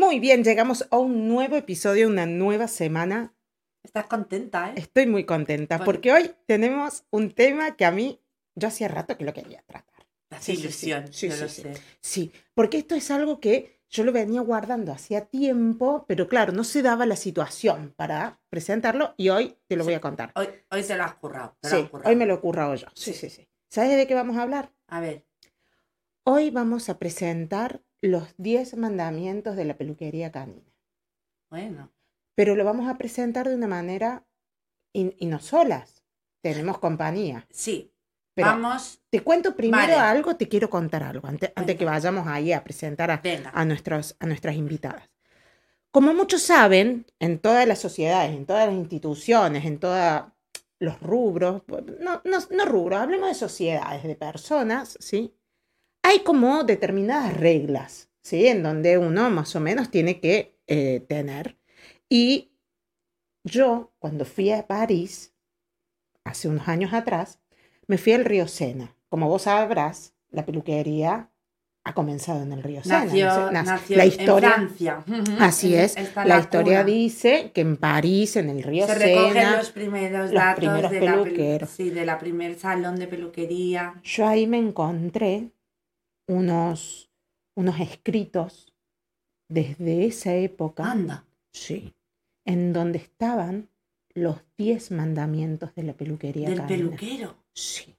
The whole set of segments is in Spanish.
Muy bien, llegamos a un nuevo episodio, una nueva semana. ¿Estás contenta, Estoy muy contenta porque hoy tenemos un tema que a mí, yo hacía rato que lo quería tratar. La ilusión, sí, yo sí, lo sí. sé. Sí, porque esto es algo que yo lo venía guardando hacía tiempo, pero claro, no se daba la situación para presentarlo y hoy te lo voy a contar. Hoy te lo has currado. Hoy me lo he currado yo. Sí. ¿Sabes de qué vamos a hablar? A ver. Hoy vamos a presentar los 10 mandamientos de la peluquería canina. Bueno. Pero lo vamos a presentar de una manera y no solas. Tenemos compañía. Sí. Pero vamos. Te cuento primero algo, te quiero contar algo, antes que vayamos ahí a presentar a nuestras invitadas. Como muchos saben, en todas las sociedades, en todas las instituciones, en todos los rubros, no rubros, hablemos de sociedades, de personas, ¿sí? Hay como determinadas reglas, ¿sí? En donde uno más o menos tiene que tener. Y yo, cuando fui a París, hace unos años atrás, me fui al río Sena. Como vos sabrás, la peluquería ha comenzado en el río Sena. Nació la historia, en Francia. Así es. La historia dice que en París, en el río Sena, se recogen los primeros datos primeros peluqueros. de la primer salón de peluquería. Yo ahí me encontré unos escritos desde esa época. Anda. Sí. En donde estaban los 10 mandamientos de la peluquería ¿Del canina. peluquero? Sí.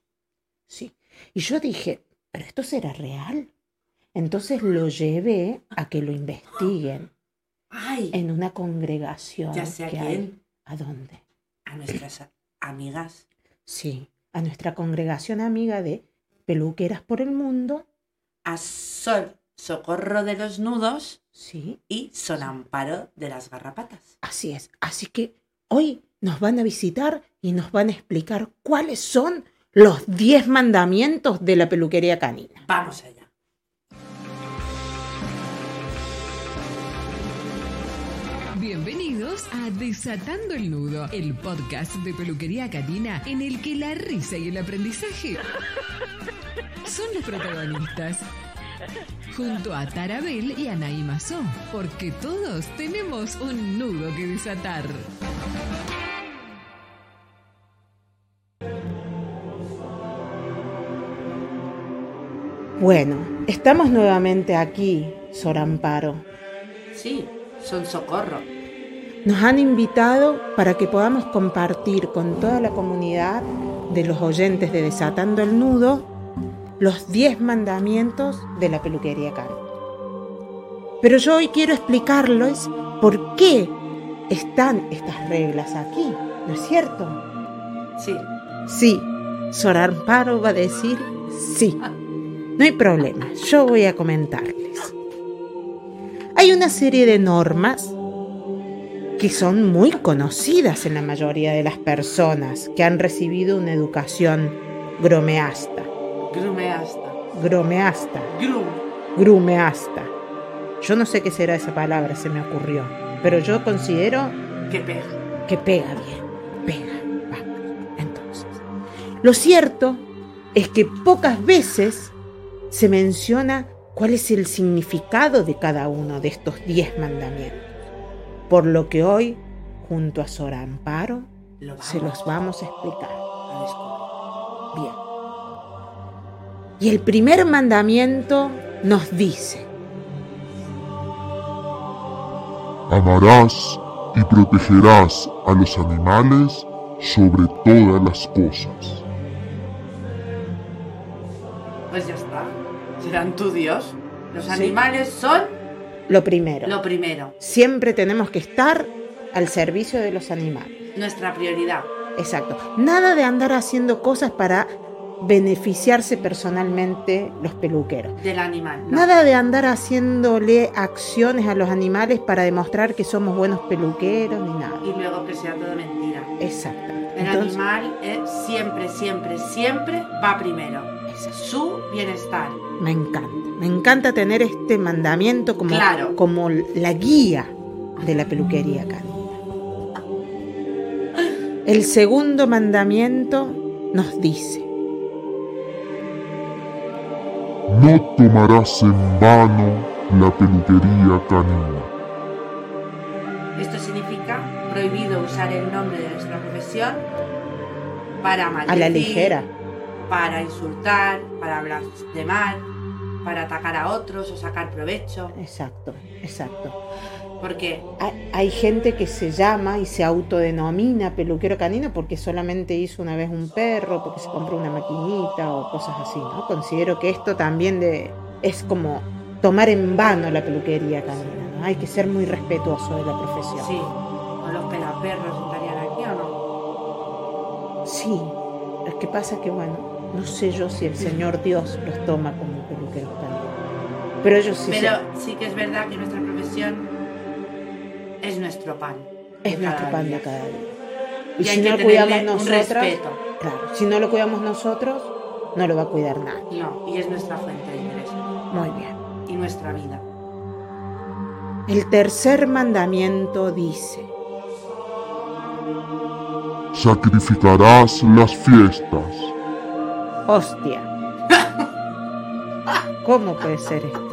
Y yo dije, ¿pero esto será real? Entonces lo llevé a que lo investiguen. ¡Ay! En una congregación. Ya sé a quién. Hay. ¿A dónde? A nuestras amigas. Sí, a nuestra congregación amiga de Peluqueras por el Mundo. A Socorro de los Nudos. Sí. Y Son Amparo de las Garrapatas. Así es. Así que hoy nos van a visitar y nos van a explicar cuáles son los 10 mandamientos de la peluquería canina. Vamos allá. Bienvenidos a Desatando el Nudo, el podcast de peluquería canina en el que la risa y el aprendizaje son los protagonistas. Junto a Tarabel y Anaí Mazó, porque todos tenemos un nudo que desatar. Bueno, estamos nuevamente aquí, Sor Amparo. Sí, Son Socorro. Nos han invitado para que podamos compartir con toda la comunidad de los oyentes de Desatando el Nudo los 10 mandamientos de la peluquería canina. Pero yo hoy quiero explicarles por qué están estas reglas aquí, ¿no es cierto? Sí. Sí, Sor Amparo va a decir sí. No hay problema, yo voy a comentarles. Hay una serie de normas que son muy conocidas en la mayoría de las personas que han recibido una educación gromeasta. Grumeasta. Yo no sé qué será esa palabra, se me ocurrió, pero yo considero que pega. Que pega bien, pega. Vamos, entonces. Lo cierto es que pocas veces se menciona cuál es el significado de cada uno de estos 10 mandamientos. Por lo que hoy, junto a Sor Amparo, se los vamos a explicar. Bien. Y el primer mandamiento nos dice: amarás y protegerás a los animales sobre todas las cosas. Pues ya está. ¿Serán tu Dios? Los animales son lo primero. Siempre tenemos que estar al servicio de los animales. Nuestra prioridad. Exacto. Nada de andar haciendo cosas para beneficiarse personalmente los peluqueros. Del animal. No. Nada de andar haciéndole acciones a los animales para demostrar que somos buenos peluqueros ni nada. Y luego que sea todo mentira. Exacto. El animal siempre va primero. Su bienestar. Me encanta tener este mandamiento como la guía de la peluquería canina. El segundo mandamiento nos dice: no tomarás en vano la peluquería canina. Esto significa prohibido usar el nombre de nuestra profesión para maldecir, a la ligera, para insultar, para hablar de mal, para atacar a otros o sacar provecho. Exacto. Porque hay gente que se llama y se autodenomina peluquero canino porque solamente hizo una vez un perro, porque se compró una maquinita o cosas así, ¿no? Considero que esto también es como tomar en vano la peluquería canina, ¿no? Hay que ser muy respetuoso de la profesión. Sí, o los pelaperros estarían aquí o no. Sí, lo que pasa es que, bueno, no sé yo si el Señor Dios los toma como peluqueros caninos. Pero ellos sí. Pero sí que es verdad que nuestra profesión es nuestro pan. Es nuestro pan de cada día. Y Y si hay que no lo cuidamos tenerle un nosotros, respeto. claro, si no lo cuidamos nosotros, no lo va a cuidar nadie. No, y es nuestra fuente de ingreso. Muy bien. Y nuestra vida. El tercer mandamiento dice: sacrificarás las fiestas. hostia. ¿Cómo puede ser esto?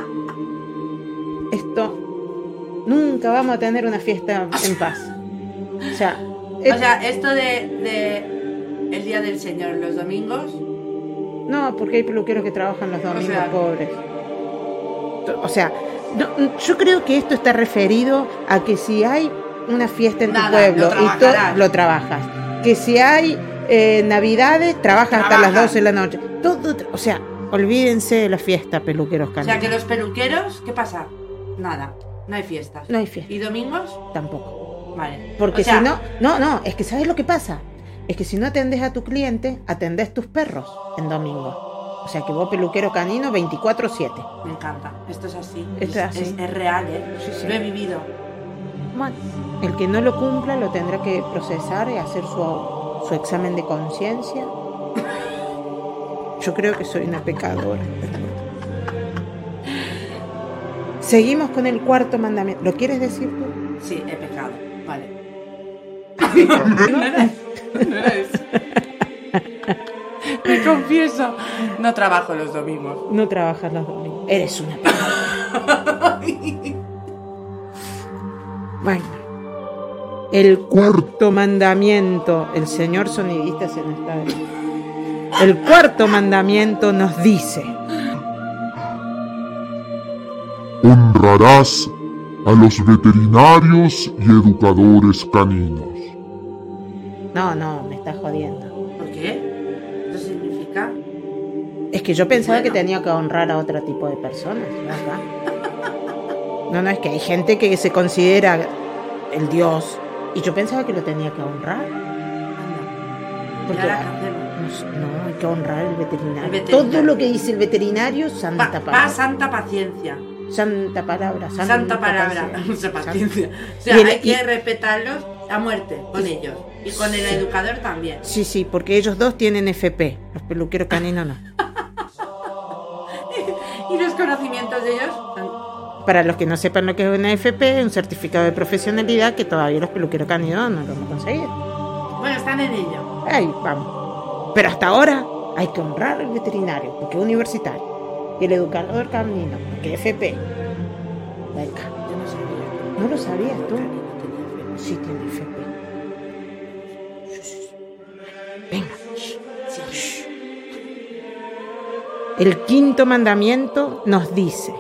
Nunca vamos a tener una fiesta en paz. O sea, esto de el Día del Señor los domingos. no, porque hay peluqueros que trabajan los domingos, sea, pobres. O sea, yo creo que esto está referido a que si hay una fiesta en tu pueblo y lo trabajas, que si hay navidades, trabajas hasta las 12 de la noche. Todo, o sea, olvídense de la fiesta, peluqueros caninos. O sea, que los peluqueros, ¿qué pasa? Nada, no hay fiestas. No hay fiesta. ¿Y domingos? Tampoco. Vale. Porque o sea, si no, es que ¿sabes lo que pasa? Es que si no atendés a tu cliente, atendés tus perros en domingo. O sea que vos, peluquero canino, 24/7. Me encanta, esto es así. Esto es así. Es real, ¿eh? Sí. Lo he vivido. Bueno, el que no lo cumpla lo tendrá que procesar y hacer su examen de conciencia. Yo creo que soy una pecadora. Seguimos con el cuarto mandamiento. ¿Lo quieres decir tú? Sí, he pecado. Vale. No es. Me confieso. No trabajo los domingos. No trabajas los domingos. Eres una pecadora. Bueno. El cuarto mandamiento. El señor sonidista se nos está viendo. El cuarto mandamiento nos dice: honrarás a los veterinarios y educadores caninos. No, me estás jodiendo. ¿Por qué? ¿Esto significa? Es que yo pensaba que tenía que honrar a otro tipo de personas, ¿verdad? No, es que hay gente que se considera el Dios y yo pensaba que lo tenía que honrar. Porque no, hay que honrar al veterinario. Todo lo que dice el veterinario, santa palabra. Santa paciencia. Santa palabra. Santa palabra. Paciencia. O sea, hay que respetarlos a muerte con ellos. Y con el educador también. Sí, porque ellos dos tienen FP. Los peluqueros caninos no. ¿Y los conocimientos de ellos? Para los que no sepan lo que es una FP, un certificado de profesionalidad que todavía los peluqueros caninos no lo hemos conseguido. Bueno, están en ello. Ahí vamos. Pero hasta ahora hay que honrar al veterinario, porque es universitario. Y el educador canino, porque es FP. Venga. Yo no sabía. ¿No lo sabías tú? Sí, tiene FP. Venga. El quinto mandamiento nos dice: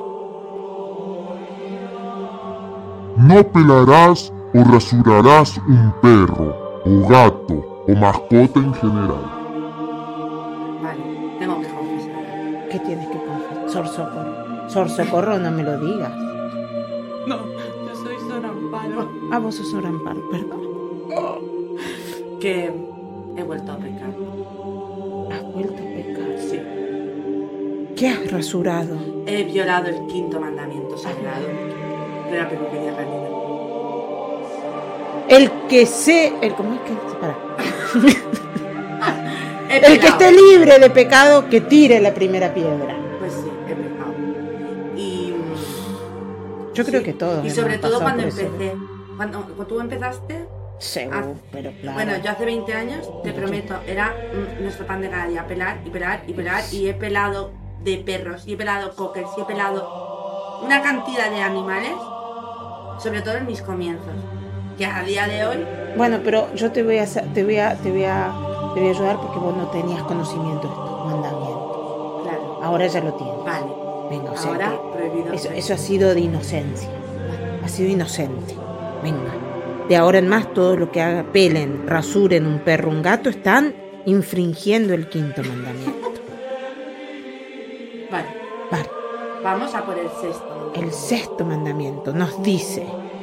no pelarás o rasurarás un perro, o gato, o mascota en general. Vale, tengo que confesar. ¿Qué tienes que confesar? Sor Socorro. Sor Socorro, no me lo digas. No, yo soy Sor Amparo. Ah, vos sos Sor Amparo, perdón. Que he vuelto a pecar. ¿Has vuelto a pecar? Sí. ¿Qué has rasurado? He violado el quinto mandamiento sagrado de la peluquería canina. ¿Cómo es que se para? El que esté libre de pecado, que tire la primera piedra. Pues sí, he pecado. Y yo creo que todos. Y sobre todo cuando empecé. Cuando tú empezaste. Seguro, pero claro. Bueno, yo hace 20 años, te prometo, era nuestro pan de cada día, pelar y pelar y pelar, y he pelado de perros, y he pelado cockers, y he pelado una cantidad de animales sobre todo en mis comienzos, que a día de hoy... Bueno, pero yo te voy a ayudar porque vos no tenías conocimiento de estos mandamientos. Claro. Ahora ya lo tienes. Vale. Venga, o sea ahora que prohibido. eso ha sido de inocencia. Ha sido inocente. Venga. De ahora en más, todo lo que haga, pelen, rasuren un perro, un gato, están infringiendo el 5º mandamiento. Vale. Vamos a por el 6º. El 6º mandamiento nos dice: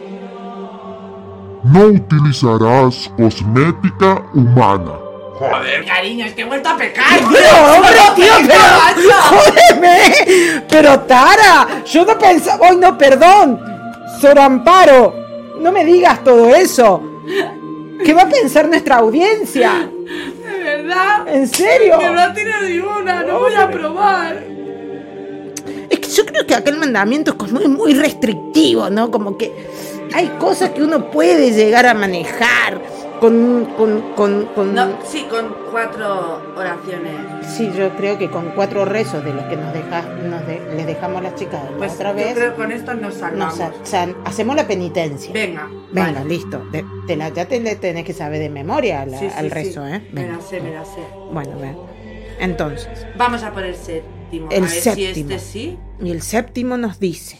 no utilizarás cosmética humana. Joder, cariño, es que he vuelto a pecar. ¡Tío, hombre, tío! ¡Pero, jódeme! ¡Pero, Tara! Yo no pensaba... ¡Ay, no, perdón! ¡Sor Amparo! ¡No me digas todo eso! ¿Qué va a pensar nuestra audiencia? ¿De verdad? ¿En serio? Que no tiene ni una, no voy a probar. Es que yo creo que aquel mandamiento es como muy restrictivo, ¿no? Como que hay cosas que uno puede llegar a manejar con No, sí, con 4 oraciones. Sí, yo creo que con 4 rezos de los que les dejamos a las chicas Pues otra vez. Yo creo que con esto nos salvamos. Hacemos la penitencia. Venga, vale. Listo. Ya te tenés que saber de memoria al rezo, ¿eh? Venga. Me la sé. Bueno, entonces. Vamos a por el 7º. El a ver 7º. Si este sí. Y el 7º nos dice: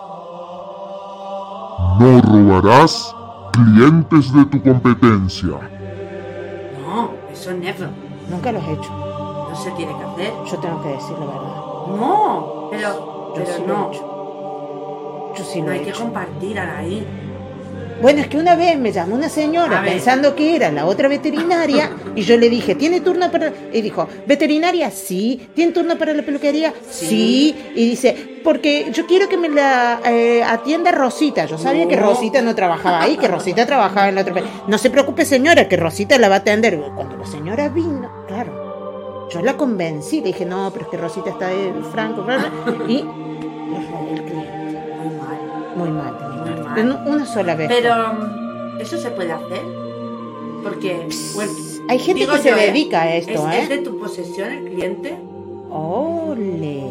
no robarás clientes de tu competencia. No, eso never. Nunca lo he hecho. No se tiene que hacer. Yo tengo que decir la verdad. No, pero sí no. Lo he hecho. Yo sí lo no he hay que hecho. compartir ahí. Bueno, es que una vez me llamó una señora pensando que era la otra veterinaria y yo le dije, ¿tiene turno para...? Y dijo, ¿veterinaria? Sí. ¿Tiene turno para la peluquería? Sí. Y dice, porque yo quiero que me la atienda Rosita. Yo sabía que Rosita no trabajaba ahí, que Rosita trabajaba en la otra... No se preocupe, señora, que Rosita la va a atender. Cuando la señora vino, claro, yo la convencí. Le dije, no, pero es que Rosita está de Franco. Y le robé el cliente. Muy mal. Una sola vez. Pero, ¿eso se puede hacer? Porque, bueno, hay gente que se dedica a esto, ¿Es de tu posesión el cliente? ¡Ole!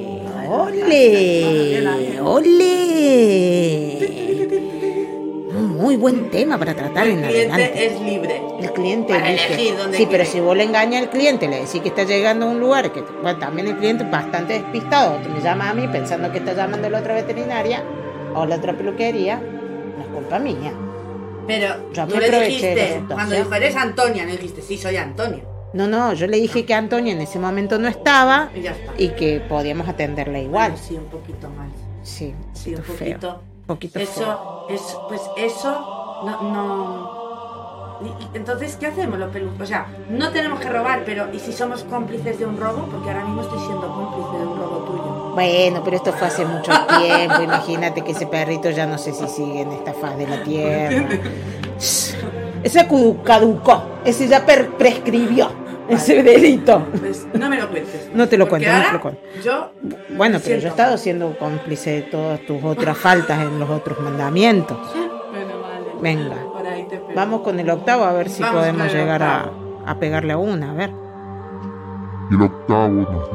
Muy buen tema para tratar en adelante. El cliente es libre. El cliente para elige. Elegir donde sí, quiere. pero si vos le engañas al cliente, le decís que está llegando a un lugar que, bueno, también el cliente es bastante despistado, que me llama a mí pensando que está llamando a la otra veterinaria o la otra peluquería, no es culpa mía. Pero yo tú le dijiste, cuando dijo, eres Antonia, le dijiste, sí, soy Antonia. No, yo le dije que Antonia en ese momento no estaba y ya está. Y que podíamos atenderla igual. Bueno, sí, un poquito mal. Sí, un poquito. Poquito eso feo. Pues eso no. Entonces, ¿qué hacemos los pelucos? O sea, no tenemos que robar, pero ¿y si somos cómplices de un robo? Porque ahora mismo estoy siendo cómplice de un robo tuyo. Bueno, pero esto fue hace mucho tiempo. Imagínate que ese perrito ya no sé si sigue en esta faz de la tierra. Ese caducó. Ese ya prescribió. Vale. Ese delito. Pues no me lo cuentes. No te lo cuento, no te lo cuento. Bueno, pero yo he estado siendo cómplice de todas tus otras faltas en los otros mandamientos. Bueno, vale. Venga. Por ahí te pego. Vamos con el 8º a ver si podemos llegar a pegarle a una, a ver. Y el 8º nos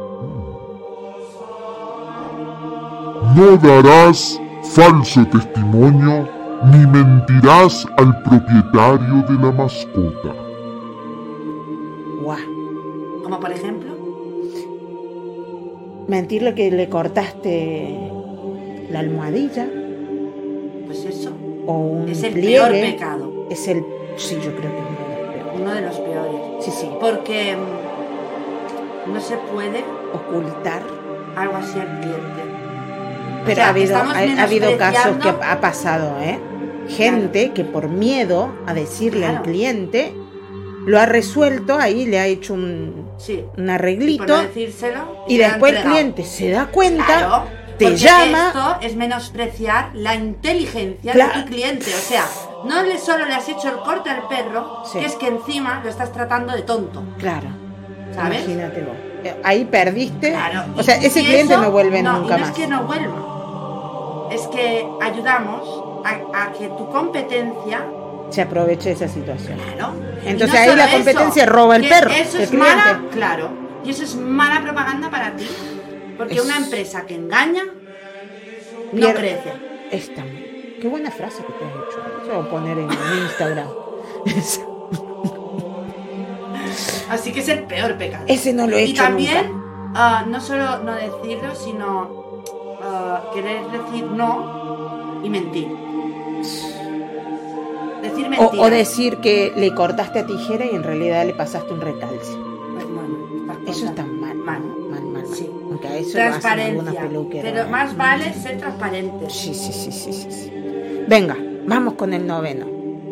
dice: no darás falso testimonio ni mentirás al propietario de la mascota. Guau. Como por ejemplo, mentirle que le cortaste la almohadilla. Pues eso. O un es el pliegue. Peor pecado. Sí, yo creo que es uno de los peores. Sí. Porque no se puede ocultar algo así al cliente. Pero o sea, ha habido casos que ha pasado, gente que por miedo a decirle al cliente lo ha resuelto, ahí le ha hecho un arreglito, y, por no decírselo, y después el cliente se da cuenta, te llama. Esto es menospreciar la inteligencia de tu cliente. O sea, no solo le has hecho el corte al perro, que es que encima lo estás tratando de tonto. Claro. ¿Sabes? Imagínate vos. Ahí perdiste. Claro. O sea, ese cliente no vuelve nunca más. No es que no vuelva. Es que ayudamos a que tu competencia se aproveche de esa situación. Claro. Entonces ahí la competencia roba el perro. Eso es mala, claro. Y eso es mala propaganda para ti. Porque una empresa que engaña no crece. Qué buena frase que te has hecho. Eso voy a poner en Instagram. Así que es el peor pecado. Ese no lo he hecho. Y también, nunca. no solo no decirlo, sino querer decir no y mentir. Decir mentiras. O decir que le cortaste a tijera y en realidad le pasaste un recalce. Pues no, Eso está mal. Mal. Sí. Aunque a eso Transparencia. lo hacen algunas peluqueras. Pero más vale ser transparente. Sí. Venga, vamos con el 9.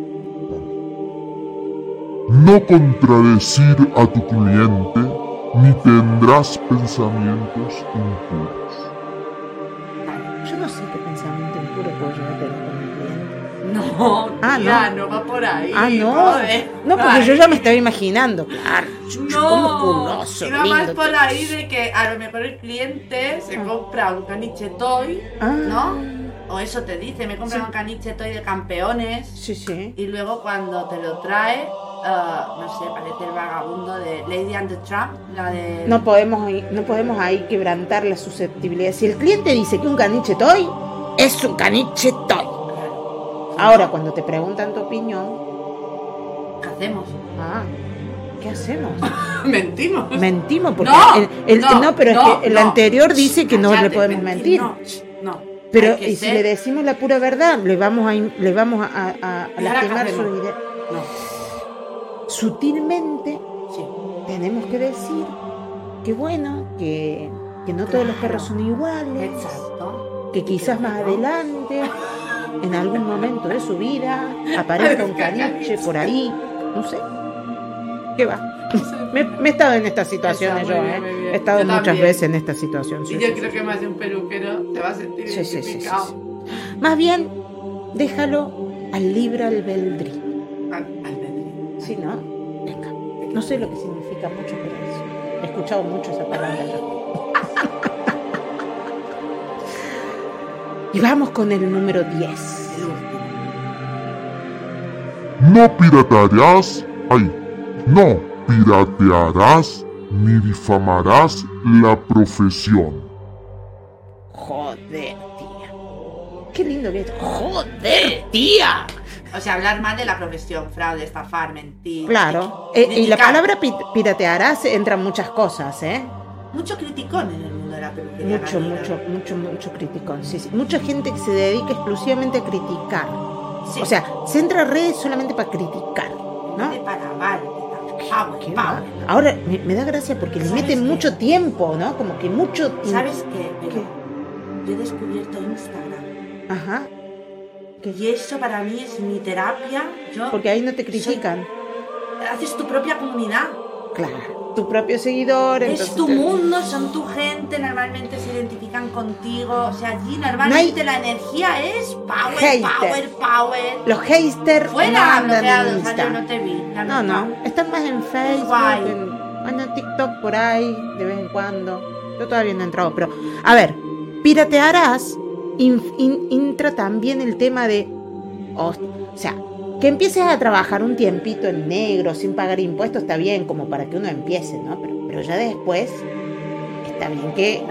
No contradecir a tu cliente, ni tendrás pensamientos impuros. Yo no sé qué pensamiento impuro puedo llevarte con mi cliente. No, tía, no va por ahí. No. Joder. No, porque yo ya me estaba imaginando. Claro, como culoso, iba lindo, más por ahí de que a lo mejor el cliente se compra un caniche toy, ¿no? O eso te dice, me he comprado un caniche toy de campeones. Sí. Y luego cuando te lo trae, no sé, parece el vagabundo de Lady and the Tramp, la de... No podemos ahí quebrantar la susceptibilidad. Si el cliente dice que un caniche toy, es un caniche toy. Ahora, cuando te preguntan tu opinión, ¿Qué hacemos? ¿qué hacemos? Mentimos. Porque No, pero es que el anterior dice que no le podemos mentir. No. Pero y si le decimos la pura verdad, le vamos a lastimar su idea. No. Sutilmente Sí. tenemos que decir que bueno, que no todos los perros son iguales. Exacto. Que quizás más adelante, en algún momento de su vida, aparezca un caniche por ahí, no sé. ¿Qué va? Me he estado en estas situaciones yo, muy bien. He estado Yo muchas también. veces en esta situación. Y yo creo que más de un peluquero te va a sentir identificado. Sí. Más bien, déjalo al libre albedrío. Albedrío. Sí, ¿no? Venga. No sé lo que significa mucho, pero eso. He escuchado mucho esa palabra yo. Y vamos con el número 10. El último. No piratearás ni difamarás la profesión. Joder, tía. Qué lindo que es. Joder, tía. O sea, hablar mal de la profesión, fraude, estafar, mentir. Claro. Y la palabra piratearás entra en muchas cosas, ¿eh? Mucho criticón en el mundo de la peluquería. Mucho criticón. Sí. Mucha gente que se dedica exclusivamente a criticar. Sí. O sea, se entra a redes solamente para criticar, ¿no? Para mal, power. Ahora me da gracia porque le meten mucho tiempo, ¿no? Como que mucho tiempo. ¿Sabes qué? Yo he descubierto Instagram. Ajá. Y eso para mí es mi terapia. Porque ahí no te critican. Haces tu propia comunidad. Claro, tu propio seguidor. Es tu mundo, son tu gente, normalmente se identifican contigo. O sea, allí normalmente la energía es power. Los haters fuera andan en bloqueados, yo no te vi. No, están más en Facebook, en TikTok por ahí, de vez en cuando. Yo todavía no he entrado, pero... A ver, piratearás, entra también el tema de... O sea, que empieces a trabajar un tiempito en negro, sin pagar impuestos, está bien, como para que uno empiece, ¿no? Pero ya después... Está bien que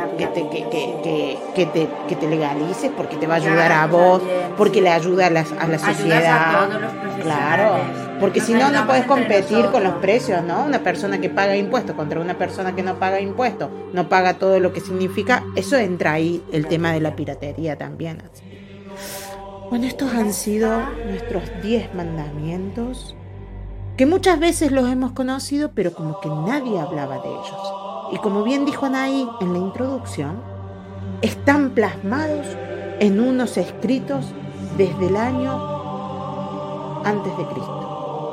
te legalices porque te va a ayudar a vos, porque le ayuda a la sociedad. A todos los profesionales. Claro, porque si no puedes competir con los precios, ¿no? Una persona que paga impuestos contra una persona que no paga impuestos, no paga todo lo que significa, eso entra ahí el tema de la piratería también. Así. Bueno, estos han sido nuestros 10 mandamientos, que muchas veces los hemos conocido, pero como que nadie hablaba de ellos. Y como bien dijo Anaí en la introducción, están plasmados en unos escritos desde el año antes de Cristo.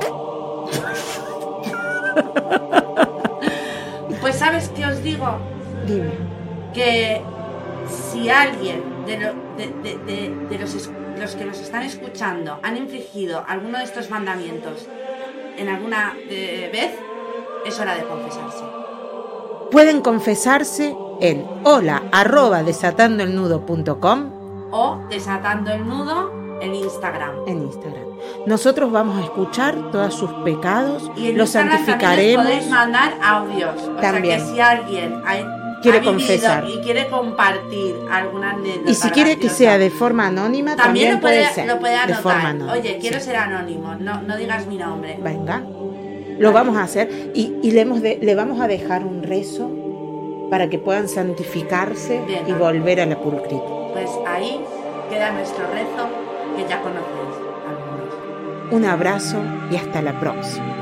Pues ¿sabes qué os digo? Dime. Que si alguien de los que nos están escuchando han infringido alguno de estos mandamientos en alguna vez, es hora de confesarse. Pueden confesarse en hola@desatandoelnudo.com o Desatando el Nudo en Instagram. Nosotros vamos a escuchar todos sus pecados, y en los Instagram santificaremos. Podéis mandar audios. También. O sea que si alguien quiere confesar. Y quiere compartir alguna anécdota. Y si quiere que sea de forma anónima, también puede ser. Lo puede anotar. De forma anónima. Oye, quiero ser anónimo, no digas mi nombre. Venga, lo vamos a hacer y le vamos a dejar un rezo para que puedan santificarse y volver a la pulcritud. Pues ahí queda nuestro rezo que ya conocéis algunos. Un abrazo y hasta la próxima.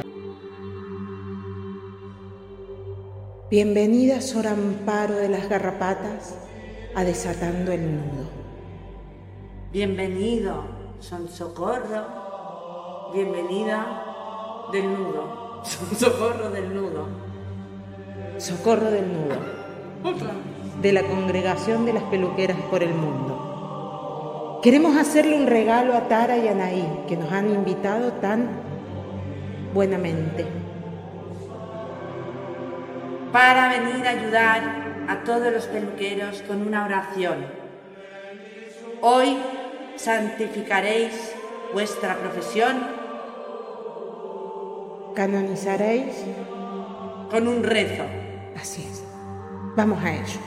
Bienvenida, Sor Amparo de las Garrapatas, a Desatando el Nudo. Bienvenido, Son Socorro. Bienvenida del nudo. Son Socorro del nudo. Socorro del Nudo. De la Congregación de las Peluqueras por el Mundo. Queremos hacerle un regalo a Tara y Anaí, que nos han invitado tan buenamente. Para venir a ayudar a todos los peluqueros con una oración. Hoy santificaréis vuestra profesión. Canonizaréis con un rezo. Así es. Vamos a ello.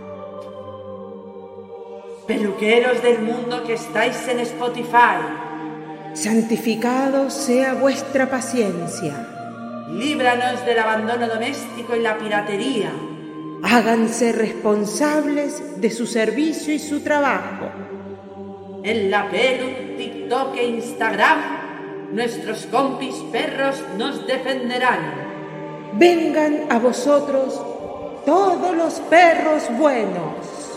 Peluqueros del mundo que estáis en Spotify. Santificado sea vuestra paciencia. Líbranos del abandono doméstico y la piratería. Háganse responsables de su servicio y su trabajo. En la Pelu, TikTok e Instagram, nuestros compis perros nos defenderán. Vengan a vosotros todos los perros buenos.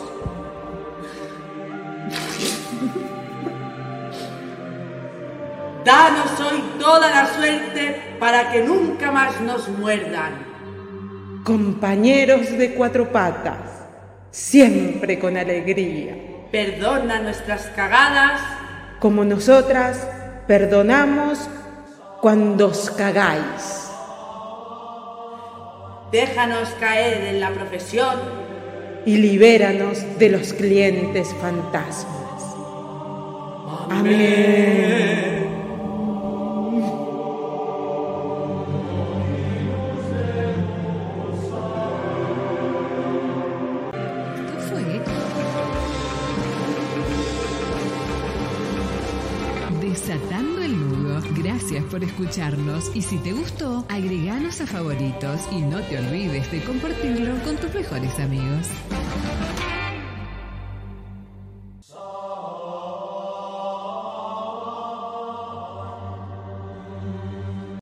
Danos hoy toda la suerte para que nunca más nos muerdan. Compañeros de cuatro patas, siempre con alegría. Perdona nuestras cagadas, como nosotras perdonamos cuando os cagáis. Déjanos caer en la profesión y libéranos de los clientes fantasmas. Amén. Desatando el Nudo. Gracias por escucharnos y si te gustó, agreganos a favoritos y no te olvides de compartirlo con tus mejores amigos.